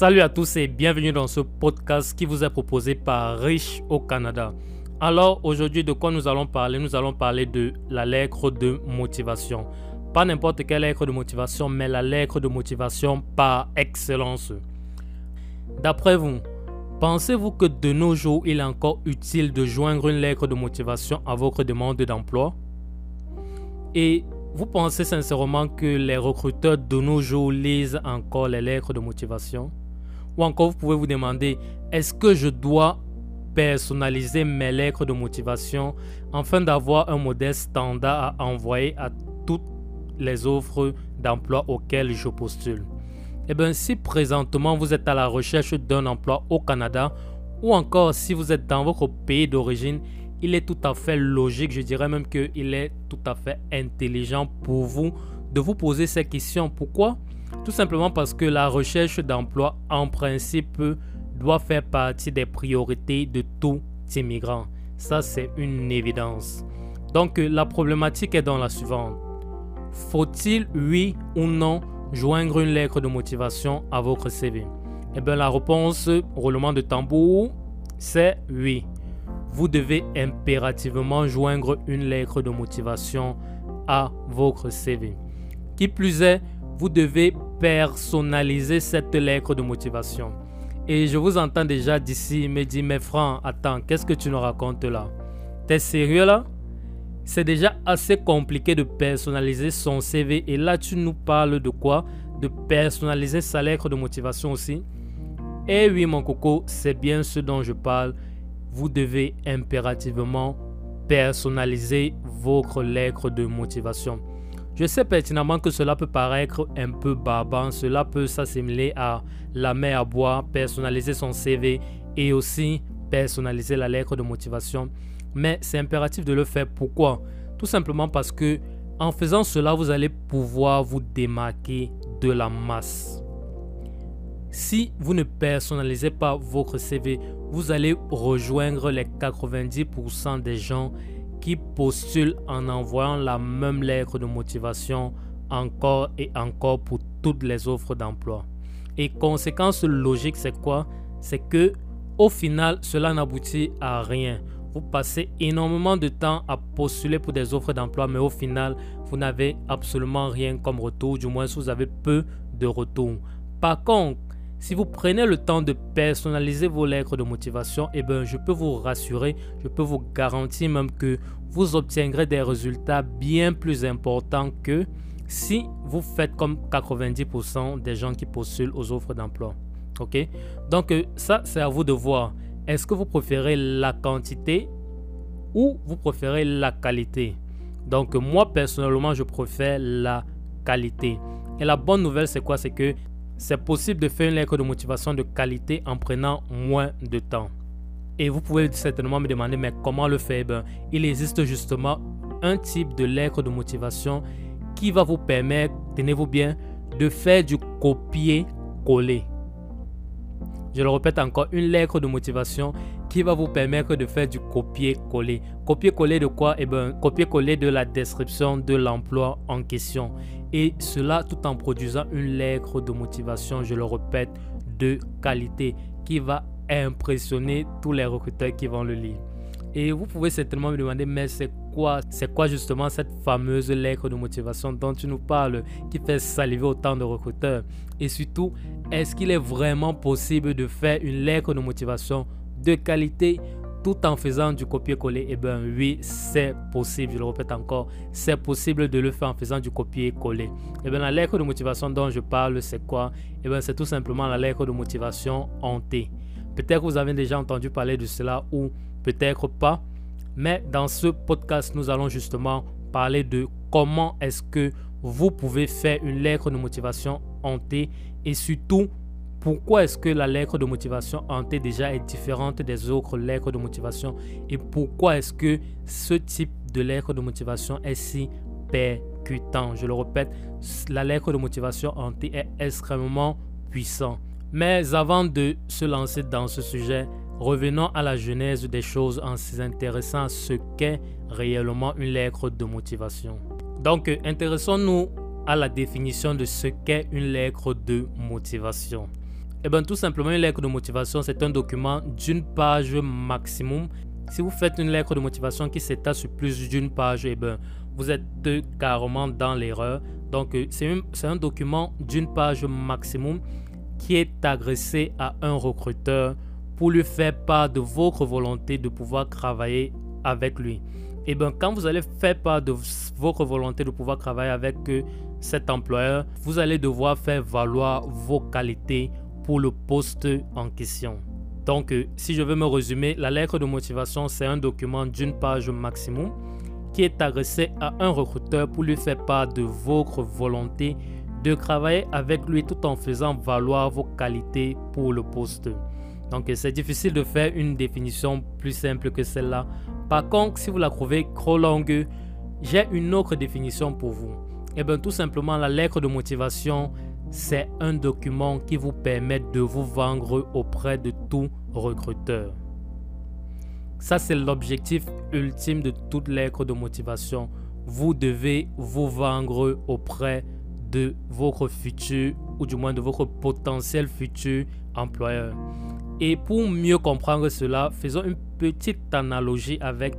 Salut à tous et bienvenue dans ce podcast qui vous est proposé par Riche au Canada. Alors aujourd'hui, de quoi nous allons parler? Nous allons parler de la lettre de motivation. Pas n'importe quelle lettre de motivation, mais la lettre de motivation par excellence. D'après vous, pensez-vous que de nos jours, il est encore utile de joindre une lettre de motivation à votre demande d'emploi? Et vous pensez sincèrement que les recruteurs de nos jours lisent encore les lettres de motivation? Ou encore, vous pouvez vous demander, est-ce que je dois personnaliser mes lettres de motivation afin d'avoir un modèle standard à envoyer à toutes les offres d'emploi auxquelles je postule? Eh bien, si présentement vous êtes à la recherche d'un emploi au Canada ou encore si vous êtes dans votre pays d'origine, il est tout à fait logique, je dirais même qu'il est tout à fait intelligent pour vous de vous poser ces questions. Pourquoi? Tout simplement parce que la recherche d'emploi, en principe, doit faire partie des priorités de tout immigrant. Ça, c'est une évidence. Donc, la problématique est dans la suivante. Faut-il, oui ou non, joindre une lettre de motivation à votre CV? Eh bien, la réponse, roulement de tambour, c'est oui. Vous devez impérativement joindre une lettre de motivation à votre CV. Qui plus est, vous devez personnaliser cette lettre de motivation. Et je vous entends déjà d'ici me dire, mais Franck, attends, qu'est-ce que tu nous racontes là? T'es sérieux là? C'est déjà assez compliqué de personnaliser son CV et là tu nous parles de quoi? De personnaliser sa lettre de motivation aussi? Eh oui mon coco, c'est bien ce dont je parle. Vous devez impérativement personnaliser votre lettre de motivation. Je sais pertinemment que cela peut paraître un peu barbant, cela peut s'assimiler à la mer à boire, personnaliser son CV et aussi personnaliser la lettre de motivation. Mais c'est impératif de le faire. Pourquoi? Tout simplement parce que en faisant cela, vous allez pouvoir vous démarquer de la masse. Si vous ne personnalisez pas votre CV, vous allez rejoindre les 90% des gens qui postulent en envoyant la même lettre de motivation encore et encore pour toutes les offres d'emploi. Et conséquence logique, c'est quoi? C'est que au final, cela n'aboutit à rien. Vous passez énormément de temps à postuler pour des offres d'emploi, mais au final, vous n'avez absolument rien comme retour. Du moins, vous avez peu de retour. Par contre, si vous prenez le temps de personnaliser vos lettres de motivation, eh bien, je peux vous rassurer, je peux vous garantir même que vous obtiendrez des résultats bien plus importants que si vous faites comme 90% des gens qui postulent aux offres d'emploi. Ok? Donc, ça, c'est à vous de voir. Est-ce que vous préférez la quantité ou vous préférez la qualité? Donc, moi, personnellement, je préfère la qualité. Et la bonne nouvelle, c'est quoi? C'est que c'est possible de faire une lettre de motivation de qualité en prenant moins de temps. Et vous pouvez certainement me demander, mais comment le faire? Ben, il existe justement un type de lettre de motivation qui va vous permettre, tenez-vous bien, de faire du copier-coller. Je le répète encore, une lettre de motivation qui va vous permettre de faire du copier-coller. Copier-coller de quoi? Eh bien, copier-coller de la description de l'emploi en question. Et cela tout en produisant une lettre de motivation, je le répète, de qualité qui va impressionner tous les recruteurs qui vont le lire. Et vous pouvez certainement me demander, mais c'est quoi justement cette fameuse lettre de motivation dont tu nous parles, qui fait saliver autant de recruteurs? Et surtout, est-ce qu'il est vraiment possible de faire une lettre de motivation de qualité tout en faisant du copier-coller? Eh bien oui, c'est possible, je le répète encore, c'est possible de le faire en faisant du copier-coller. Eh bien la lettre de motivation dont je parle, c'est quoi? Eh bien c'est tout simplement la lettre de motivation hantée. Peut-être que vous avez déjà entendu parler de cela ou peut-être pas, mais dans ce podcast, nous allons justement parler de comment est-ce que vous pouvez faire une lettre de motivation hantée et surtout pourquoi est-ce que la lettre de motivation hantée déjà est différente des autres lettres de motivation et pourquoi est-ce que ce type de lettre de motivation est si percutant. Je le répète, la lettre de motivation hantée est extrêmement puissante. Mais avant de se lancer dans ce sujet, revenons à la genèse des choses en s'intéressant à ce qu'est réellement une lettre de motivation. Donc, intéressons-nous à la définition de ce qu'est une lettre de motivation. Eh bien, tout simplement, une lettre de motivation, c'est un document d'une page maximum. Si vous faites une lettre de motivation qui s'étale sur plus d'une page, eh bien, vous êtes carrément dans l'erreur. Donc, c'est un document d'une page maximum qui est adressé à un recruteur pour lui faire part de votre volonté de pouvoir travailler avec lui. Et bien, quand vous allez faire part de votre volonté de pouvoir travailler avec cet employeur, vous allez devoir faire valoir vos qualités pour le poste en question. Donc, si je veux me résumer, la lettre de motivation, c'est un document d'une page maximum qui est adressé à un recruteur pour lui faire part de votre volonté de travailler avec lui tout en faisant valoir vos qualités pour le poste. Donc, c'est difficile de faire une définition plus simple que celle-là. Par contre, si vous la trouvez trop longue, j'ai une autre définition pour vous. Eh bien, tout simplement, la lettre de motivation, c'est un document qui vous permet de vous vendre auprès de tout recruteur. Ça, c'est l'objectif ultime de toute lettre de motivation. Vous devez vous vendre auprès de votre futur, ou du moins de votre potentiel futur employeur. Et pour mieux comprendre cela, faisons une petite analogie avec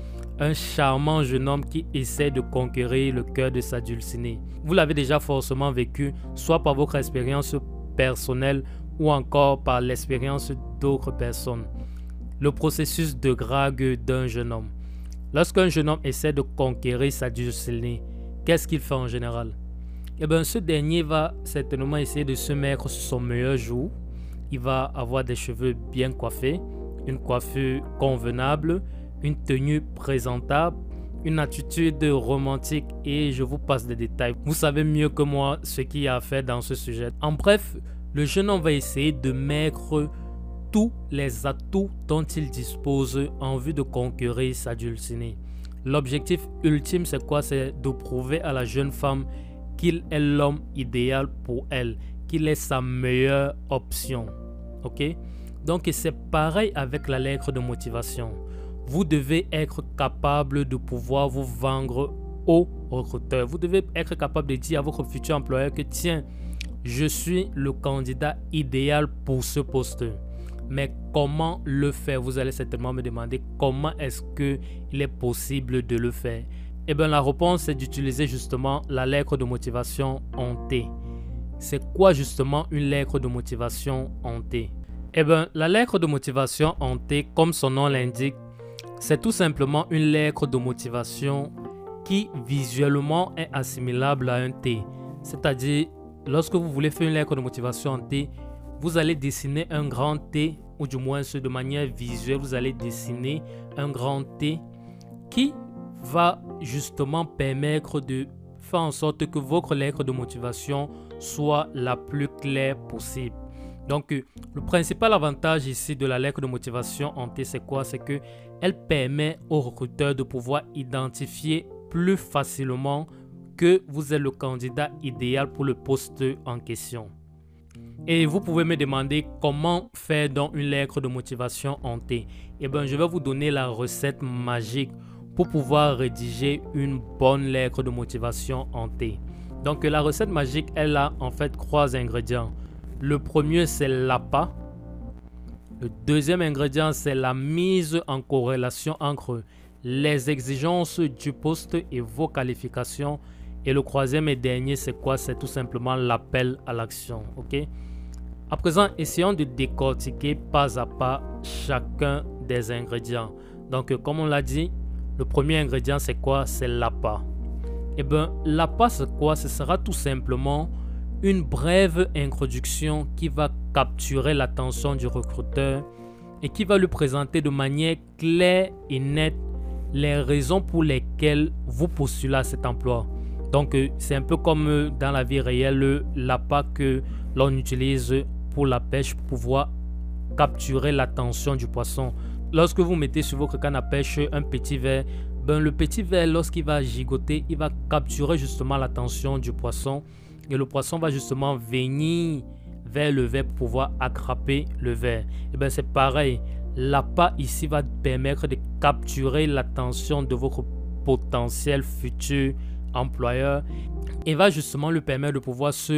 un charmant jeune homme qui essaie de conquérir le cœur de sa dulcinée. Vous l'avez déjà forcément vécu, soit par votre expérience personnelle ou encore par l'expérience d'autres personnes. Le processus de drague d'un jeune homme. Lorsqu'un jeune homme essaie de conquérir sa dulcinée, qu'est-ce qu'il fait en général? Eh bien, ce dernier va certainement essayer de se mettre sur son meilleur jour. Il va avoir des cheveux bien coiffés, une coiffure convenable, une tenue présentable, une attitude romantique et je vous passe des détails. Vous savez mieux que moi ce qu'il y a à faire dans ce sujet. En bref, le jeune homme va essayer de mettre tous les atouts dont il dispose en vue de conquérir sa dulcinée. L'objectif ultime, c'est quoi? C'est de prouver à la jeune femme qu'il est l'homme idéal pour elle, qu'il est sa meilleure option. Ok? Donc, c'est pareil avec la lettre de motivation. Vous devez être capable de pouvoir vous vendre au recruteur. Vous devez être capable de dire à votre futur employeur que tiens, je suis le candidat idéal pour ce poste. Mais comment le faire? Vous allez certainement me demander comment est-ce qu'il est possible de le faire. Eh bien, la réponse est d'utiliser justement la lettre de motivation en T. C'est quoi justement une lettre de motivation en T? Eh bien, la lettre de motivation en T, comme son nom l'indique, c'est tout simplement une lettre de motivation qui visuellement est assimilable à un T. C'est-à-dire, lorsque vous voulez faire une lettre de motivation en T, vous allez dessiner un grand T, ou du moins de manière visuelle, vous allez dessiner un grand T qui va justement permettre de faire en sorte que votre lettre de motivation soit la plus claire possible. Donc, le principal avantage ici de la lettre de motivation en T, c'est quoi? C'est qu'elle permet au recruteur de pouvoir identifier plus facilement que vous êtes le candidat idéal pour le poste en question. Et vous pouvez me demander comment faire donc une lettre de motivation en T. Eh bien, je vais vous donner la recette magique pour pouvoir rédiger une bonne lettre de motivation en T. Donc, la recette magique, elle a en fait 3 ingrédients. Le premier, c'est l'APA. Le deuxième ingrédient, c'est la mise en corrélation entre les exigences du poste et vos qualifications. Et le troisième et dernier, c'est quoi? C'est tout simplement l'appel à l'action. Ok? À présent, essayons de décortiquer pas à pas chacun des ingrédients. Donc, comme on l'a dit, le premier ingrédient, c'est quoi? C'est l'APA. Eh bien, l'APA, c'est quoi? Ce sera tout simplement une brève introduction qui va capturer l'attention du recruteur et qui va lui présenter de manière claire et nette les raisons pour lesquelles vous postulez à cet emploi. Donc, c'est un peu comme dans la vie réelle, l'appât que l'on utilise pour la pêche pour pouvoir capturer l'attention du poisson. Lorsque vous mettez sur votre canne à pêche un petit verre, le petit verre, lorsqu'il va gigoter, il va capturer justement l'attention du poisson et le poisson va justement venir vers le verre pour pouvoir attraper le verre. Et c'est pareil, l'appât ici va permettre de capturer l'attention de votre potentiel futur employeur et va justement lui permettre de pouvoir se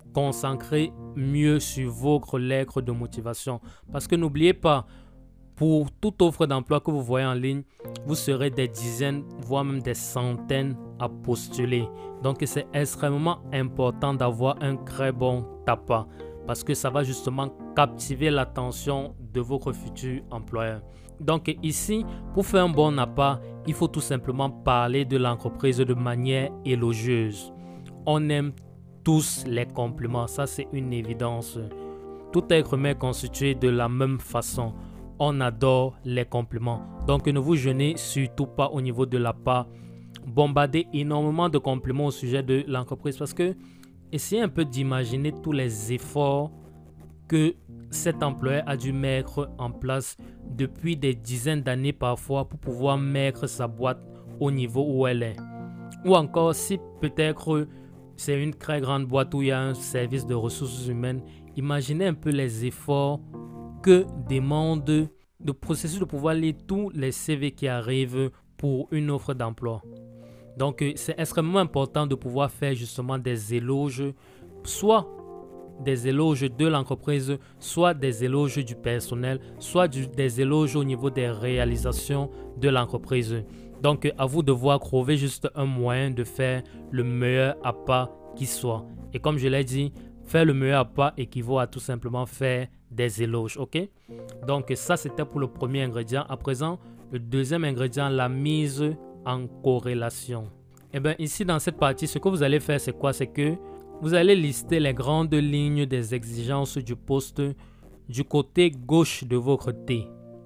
concentrer mieux sur votre lettre de motivation. Parce que n'oubliez pas, pour toute offre d'emploi que vous voyez en ligne, vous serez des dizaines, voire même des centaines à postuler. Donc, c'est extrêmement important d'avoir un très bon tapas parce que ça va justement captiver l'attention de votre futur employeur. Donc ici, pour faire un bon appât, il faut tout simplement parler de l'entreprise de manière élogieuse. On aime tous les compliments, ça c'est une évidence. Tout être humain est constitué de la même façon. On adore les compliments. Donc ne vous gênez surtout pas au niveau de l'appât. Bombardez énormément de compliments au sujet de l'entreprise parce que essayez un peu d'imaginer tous les efforts que cet employeur a dû mettre en place depuis des dizaines d'années parfois pour pouvoir mettre sa boîte au niveau où elle est. Ou encore si peut-être c'est une très grande boîte où il y a un service de ressources humaines, imaginez un peu les efforts que demande le processus de pouvoir lire tous les CV qui arrivent pour une offre d'emploi. Donc c'est extrêmement important de pouvoir faire justement des éloges, soit des éloges de l'entreprise, soit des éloges du personnel, soit des éloges au niveau des réalisations de l'entreprise. Donc à vous de voir trouver juste un moyen de faire le meilleur appât qui soit. Et comme je l'ai dit, faire le meilleur appât équivaut à tout simplement faire des éloges, ok? Donc ça c'était pour le premier ingrédient. À présent, le deuxième ingrédient, la mise en corrélation. Et bien ici dans cette partie, ce que vous allez faire c'est quoi? C'est que vous allez lister les grandes lignes des exigences du poste du côté gauche de votre T.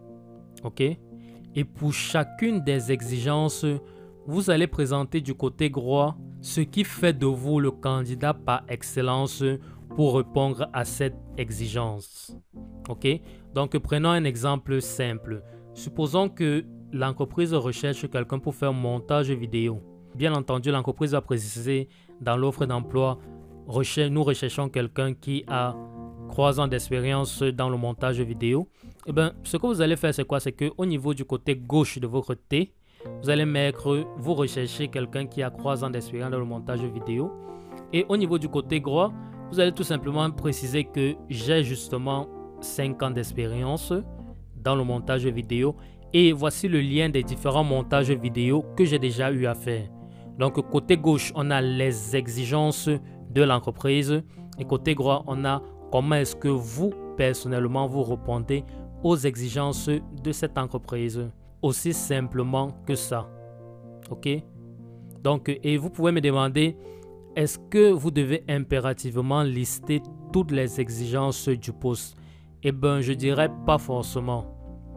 Ok? Et pour chacune des exigences, vous allez présenter du côté droit ce qui fait de vous le candidat par excellence pour répondre à cette exigence. Ok? Donc prenons un exemple simple. Supposons que l'entreprise recherche quelqu'un pour faire montage vidéo. Bien entendu, l'entreprise va préciser dans l'offre d'emploi, nous recherchons quelqu'un qui a 3 ans d'expérience dans le montage vidéo. Et bien, ce que vous allez faire, c'est quoi? C'est qu'au niveau du côté gauche de votre T, vous allez mettre, vous recherchez quelqu'un qui a 3 ans d'expérience dans le montage vidéo. Et au niveau du côté droit, vous allez tout simplement préciser que j'ai justement 5 ans d'expérience dans le montage vidéo. Et voici le lien des différents montages vidéo que j'ai déjà eu à faire. Donc, côté gauche, on a les exigences de l'entreprise. Et côté droit, on a comment est-ce que vous, personnellement, vous répondez aux exigences de cette entreprise. Aussi simplement que ça. Ok? Donc, et vous pouvez me demander, est-ce que vous devez impérativement lister toutes les exigences du poste? Eh bien, je dirais pas forcément.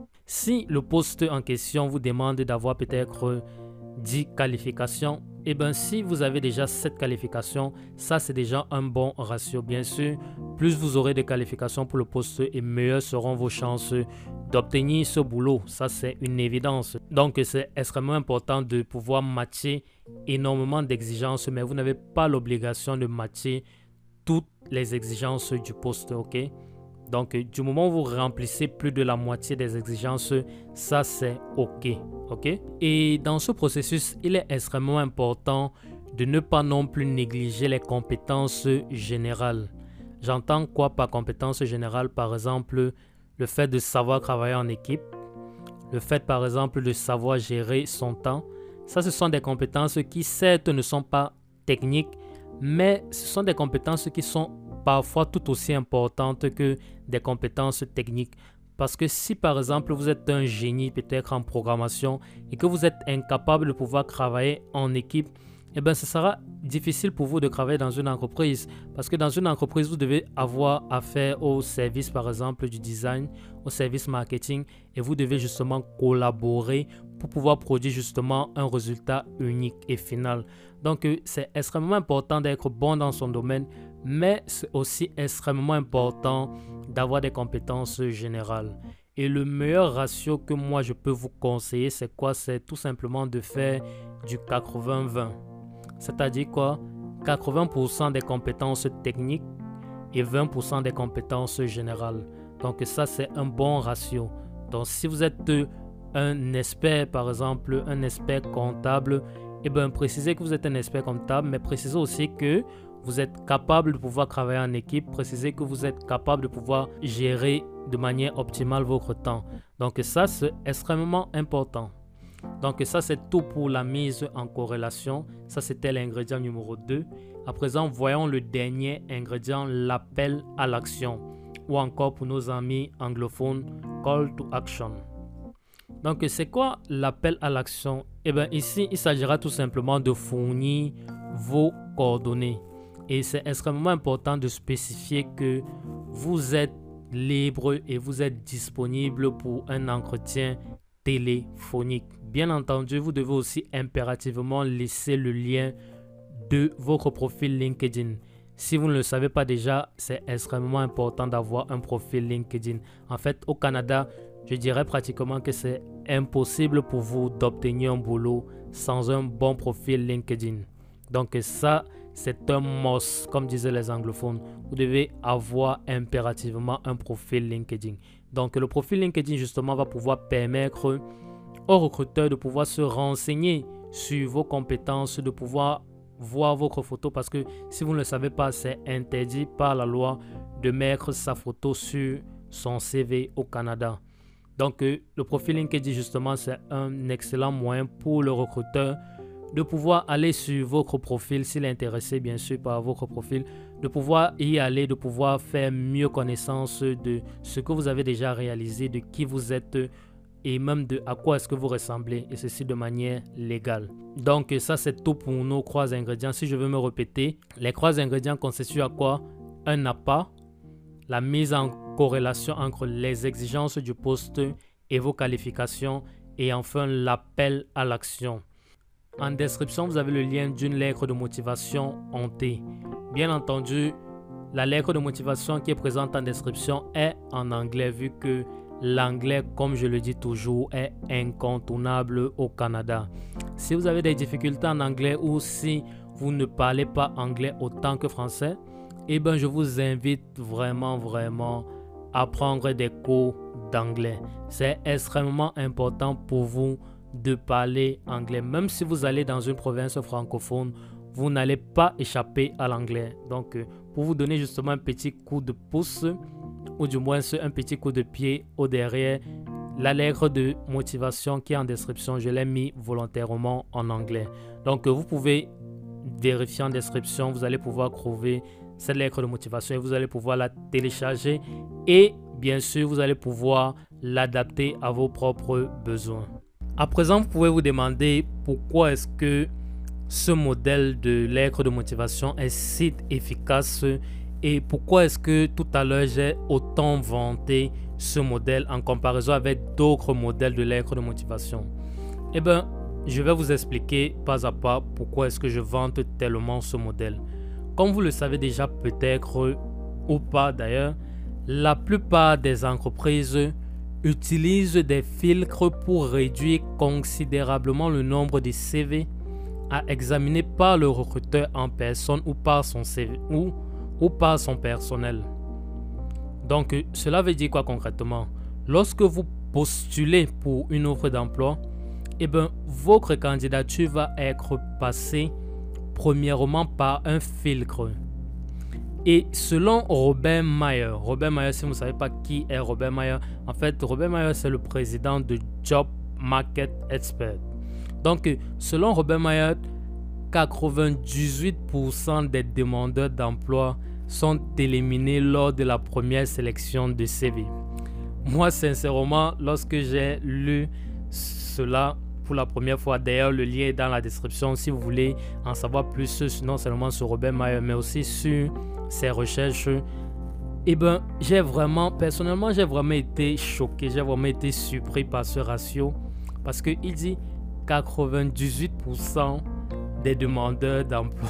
Si le poste en question vous demande d'avoir peut-être 10 qualifications, et bien si vous avez déjà 7 qualifications, ça c'est déjà un bon ratio. Bien sûr, plus vous aurez de qualifications pour le poste et meilleures seront vos chances d'obtenir ce boulot. Ça c'est une évidence. Donc c'est extrêmement important de pouvoir matcher énormément d'exigences, mais vous n'avez pas l'obligation de matcher toutes les exigences du poste, ok? Donc, du moment où vous remplissez plus de la moitié des exigences, ça c'est OK. Et dans ce processus, il est extrêmement important de ne pas non plus négliger les compétences générales. J'entends quoi par compétences générales? Par exemple, le fait de savoir travailler en équipe, le fait par exemple de savoir gérer son temps. Ça, ce sont des compétences qui certes ne sont pas techniques, mais ce sont des compétences qui sont parfois tout aussi importantes que des compétences techniques. Parce que si par exemple vous êtes un génie peut-être en programmation et que vous êtes incapable de pouvoir travailler en équipe, eh bien ce sera difficile pour vous de travailler dans une entreprise. Parce que dans une entreprise, vous devez avoir affaire au service par exemple du design, au service marketing et vous devez justement collaborer pour pouvoir produire justement un résultat unique et final. Donc c'est extrêmement important d'être bon dans son domaine, mais c'est aussi extrêmement important d'avoir des compétences générales. Et le meilleur ratio que moi je peux vous conseiller, c'est quoi? C'est tout simplement de faire du 80-20. C'est-à-dire quoi? 80% des compétences techniques et 20% des compétences générales. Donc ça, c'est un bon ratio. Donc si vous êtes un expert, par exemple, un expert comptable, eh bien, précisez que vous êtes un expert comptable, mais précisez aussi que vous êtes capable de pouvoir travailler en équipe. Précisez que vous êtes capable de pouvoir gérer de manière optimale votre temps. Donc ça, c'est extrêmement important. Donc ça, c'est tout pour la mise en corrélation. Ça, c'était l'ingrédient numéro 2. À présent, voyons le dernier ingrédient, l'appel à l'action. Ou encore pour nos amis anglophones, call to action. Donc, c'est quoi l'appel à l'action? Eh bien, ici, il s'agira tout simplement de fournir vos coordonnées. Et c'est extrêmement important de spécifier que vous êtes libre et vous êtes disponible pour un entretien téléphonique. Bien entendu, vous devez aussi impérativement laisser le lien de votre profil LinkedIn. Si vous ne le savez pas déjà, c'est extrêmement important d'avoir un profil LinkedIn. En fait, au Canada, je dirais pratiquement que c'est impossible pour vous d'obtenir un boulot sans un bon profil LinkedIn. Donc ça, c'est un must, comme disaient les anglophones. Vous devez avoir impérativement un profil LinkedIn. Donc le profil LinkedIn, justement, va pouvoir permettre aux recruteurs de pouvoir se renseigner sur vos compétences, de pouvoir voir votre photo, parce que si vous ne le savez pas, c'est interdit par la loi de mettre sa photo sur son CV au Canada. Donc le profil LinkedIn, justement, c'est un excellent moyen pour le recruteur de pouvoir aller sur votre profil, s'il est intéressé bien sûr par votre profil, de pouvoir y aller, de pouvoir faire mieux connaissance de ce que vous avez déjà réalisé, de qui vous êtes et même de à quoi est-ce que vous ressemblez, et ceci de manière légale. Donc ça, c'est tout pour nos 3 ingrédients. Si je veux me répéter, les 3 ingrédients constituent à quoi? Un appât, la mise en corrélation entre les exigences du poste et vos qualifications, et enfin l'appel à l'action. En description, vous avez le lien d'une lettre de motivation en T. Bien entendu, la lettre de motivation qui est présente en description est en anglais, vu que l'anglais, comme je le dis toujours, est incontournable au Canada. Si vous avez des difficultés en anglais ou si vous ne parlez pas anglais autant que français, eh bien, je vous invite vraiment à prendre des cours d'anglais. C'est extrêmement important pour vous de parler anglais. Même si vous allez dans une province francophone, vous n'allez pas échapper à l'anglais. Donc, pour vous donner justement un petit coup de pouce, ou du moins un petit coup de pied au derrière, la lettre de motivation qui est en description, je l'ai mis volontairement en anglais. Donc, vous pouvez vérifier en description, vous allez pouvoir trouver cette lettre de motivation et vous allez pouvoir la télécharger et bien sûr, vous allez pouvoir l'adapter à vos propres besoins. À présent, vous pouvez vous demander pourquoi est-ce que ce modèle de lettre de motivation est si efficace et pourquoi est-ce que tout à l'heure j'ai autant vanté ce modèle en comparaison avec d'autres modèles de lettre de motivation. Eh bien, je vais vous expliquer pas à pas pourquoi est-ce que je vante tellement ce modèle. Comme vous le savez déjà peut-être ou pas d'ailleurs, la plupart des entreprises utilisent des filtres pour réduire considérablement le nombre de CV à examiner par le recruteur en personne ou par son CV ou par son personnel. Donc cela veut dire quoi concrètement? Lorsque vous postulez pour une offre d'emploi, eh bien, votre candidature va être passée premièrement par un filtre. Et selon Robert Mayer, si vous ne savez pas qui est Robert Mayer, en fait, Robert Mayer, c'est le président de Job Market Expert. Donc, selon Robert Mayer, 98% des demandeurs d'emploi sont éliminés lors de la première sélection de CV. Moi, sincèrement, lorsque j'ai lu cela pour la première fois, d'ailleurs, le lien est dans la description si vous voulez en savoir plus, non seulement sur Robert Mayer, mais aussi sur ses recherches. Eh bien, personnellement, j'ai vraiment été choqué, j'ai vraiment été surpris par ce ratio parce qu'il dit 98% des demandeurs d'emploi.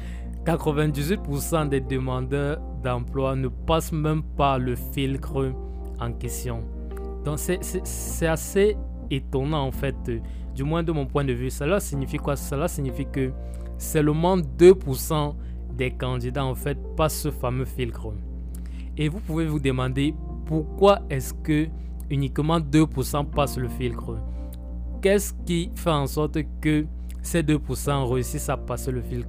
98% des demandeurs d'emploi ne passent même pas le filtre en question. Donc, c'est assez étonnant en fait, du moins de mon point de vue. Cela signifie quoi? Cela signifie que seulement 2% des candidats en fait passent ce fameux filtre. Et vous pouvez vous demander pourquoi est-ce que uniquement 2% passent le filtre? Qu'est-ce qui fait en sorte que ces 2% réussissent à passer le filtre?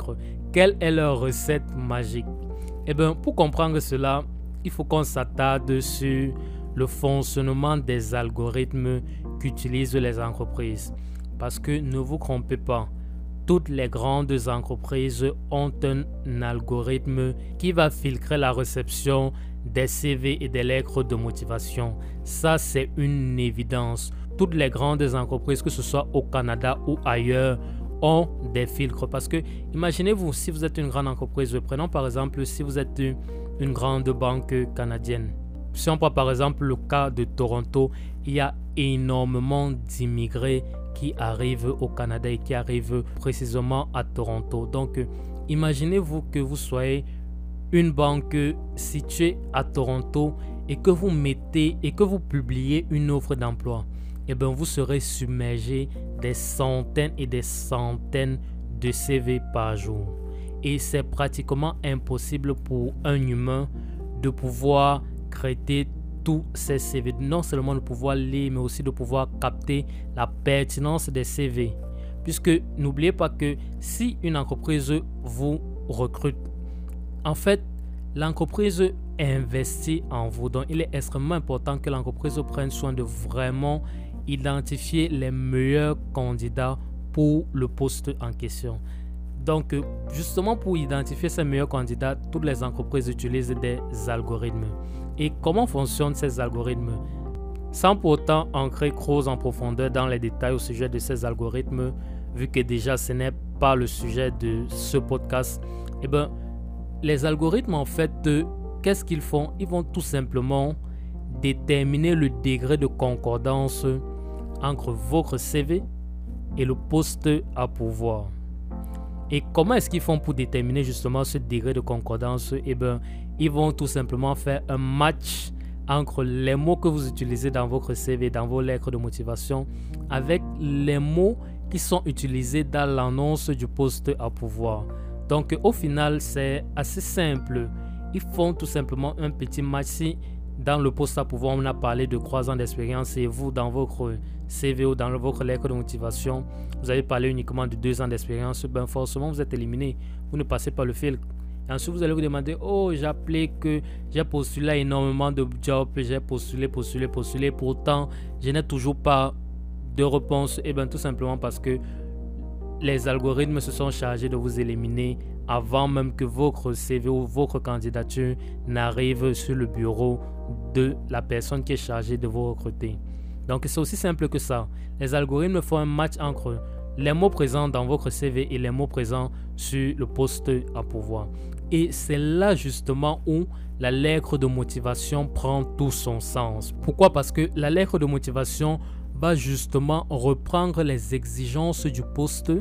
quelle est leur recette magique? Eh bien, pour comprendre cela, il faut qu'on s'attarde sur le fonctionnement des algorithmes qu'utilisent les entreprises. Parce que ne vous trompez pas, toutes les grandes entreprises ont un algorithme qui va filtrer la réception des CV et des lettres de motivation. Ça, c'est une évidence. Toutes les grandes entreprises, que ce soit au Canada ou ailleurs, ont des filtres. Parce que imaginez-vous, si vous êtes une grande entreprise, prenons par exemple si vous êtes une grande banque canadienne. Si on prend par exemple le cas de Toronto, il y a énormément d'immigrés qui arrivent au Canada et qui arrivent précisément à Toronto. Donc, imaginez-vous que vous soyez une banque située à Toronto et que vous mettez et que vous publiez une offre d'emploi. Eh bien, vous serez submergé des centaines et des centaines de CV par jour. Et c'est pratiquement impossible pour un humain de pouvoir traiter tous ces CV. Non seulement de pouvoir lire, mais aussi de pouvoir capter la pertinence des CV. Puisque n'oubliez pas que si une entreprise vous recrute, en fait, l'entreprise investit en vous. Donc, il est extrêmement important que l'entreprise prenne soin de vraiment identifier les meilleurs candidats pour le poste en question. Donc, justement pour identifier ces meilleurs candidats, toutes les entreprises utilisent des algorithmes. Et comment fonctionnent ces algorithmes? Sans pour autant ancrer trop en profondeur dans les détails au sujet de ces algorithmes, vu que déjà ce n'est pas le sujet de ce podcast, eh bien, les algorithmes en fait, qu'est-ce qu'ils font? Ils vont tout simplement déterminer le degré de concordance entre votre CV et le poste à pourvoir. Et comment est-ce qu'ils font pour déterminer justement ce degré de concordance? Eh bien, ils vont tout simplement faire un match entre les mots que vous utilisez dans votre CV, dans vos lettres de motivation, avec les mots qui sont utilisés dans l'annonce du poste à pourvoir. Donc, au final, c'est assez simple. Ils font tout simplement un petit match. Si dans le poste à pouvoir, on a parlé de 3 ans d'expérience et vous, dans votre CV ou dans votre lettre de motivation, vous avez parlé uniquement de 2 ans d'expérience, ben forcément, vous êtes éliminé. Vous ne passez pas le filtre. Et ensuite, vous allez vous demander, oh, j'ai appelé que j'ai postulé à énormément de jobs, j'ai postulé, pourtant, je n'ai toujours pas de réponse. Et bien, tout simplement parce que les algorithmes se sont chargés de vous éliminer avant même que votre CV ou votre candidature n'arrive sur le bureau de la personne qui est chargée de vous recruter. Donc, c'est aussi simple que ça. Les algorithmes font un match entre les mots présents dans votre CV et les mots présents sur le poste à pourvoir. Et c'est là justement où la lettre de motivation prend tout son sens. Pourquoi? Parce que la lettre de motivation va justement reprendre les exigences du poste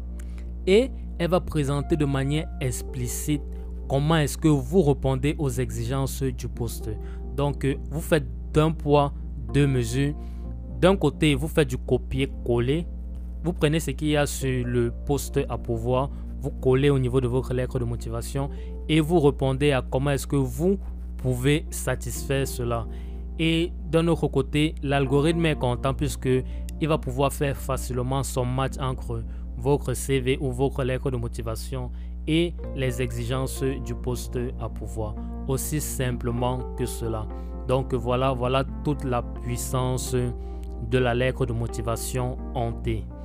et elle va présenter de manière explicite comment est-ce que vous répondez aux exigences du poste. Donc, vous faites d'un poids, deux mesures. D'un côté, vous faites du copier-coller. Vous prenez ce qu'il y a sur le poste à pourvoir, vous collez au niveau de votre lettre de motivation et vous répondez à comment est-ce que vous pouvez satisfaire cela. Et d'un autre côté, l'algorithme est content puisqu'il va pouvoir faire facilement son match entre votre CV ou votre lettre de motivation et les exigences du poste à pourvoir. Aussi simplement que cela. Donc voilà toute la puissance de la lettre de motivation en T.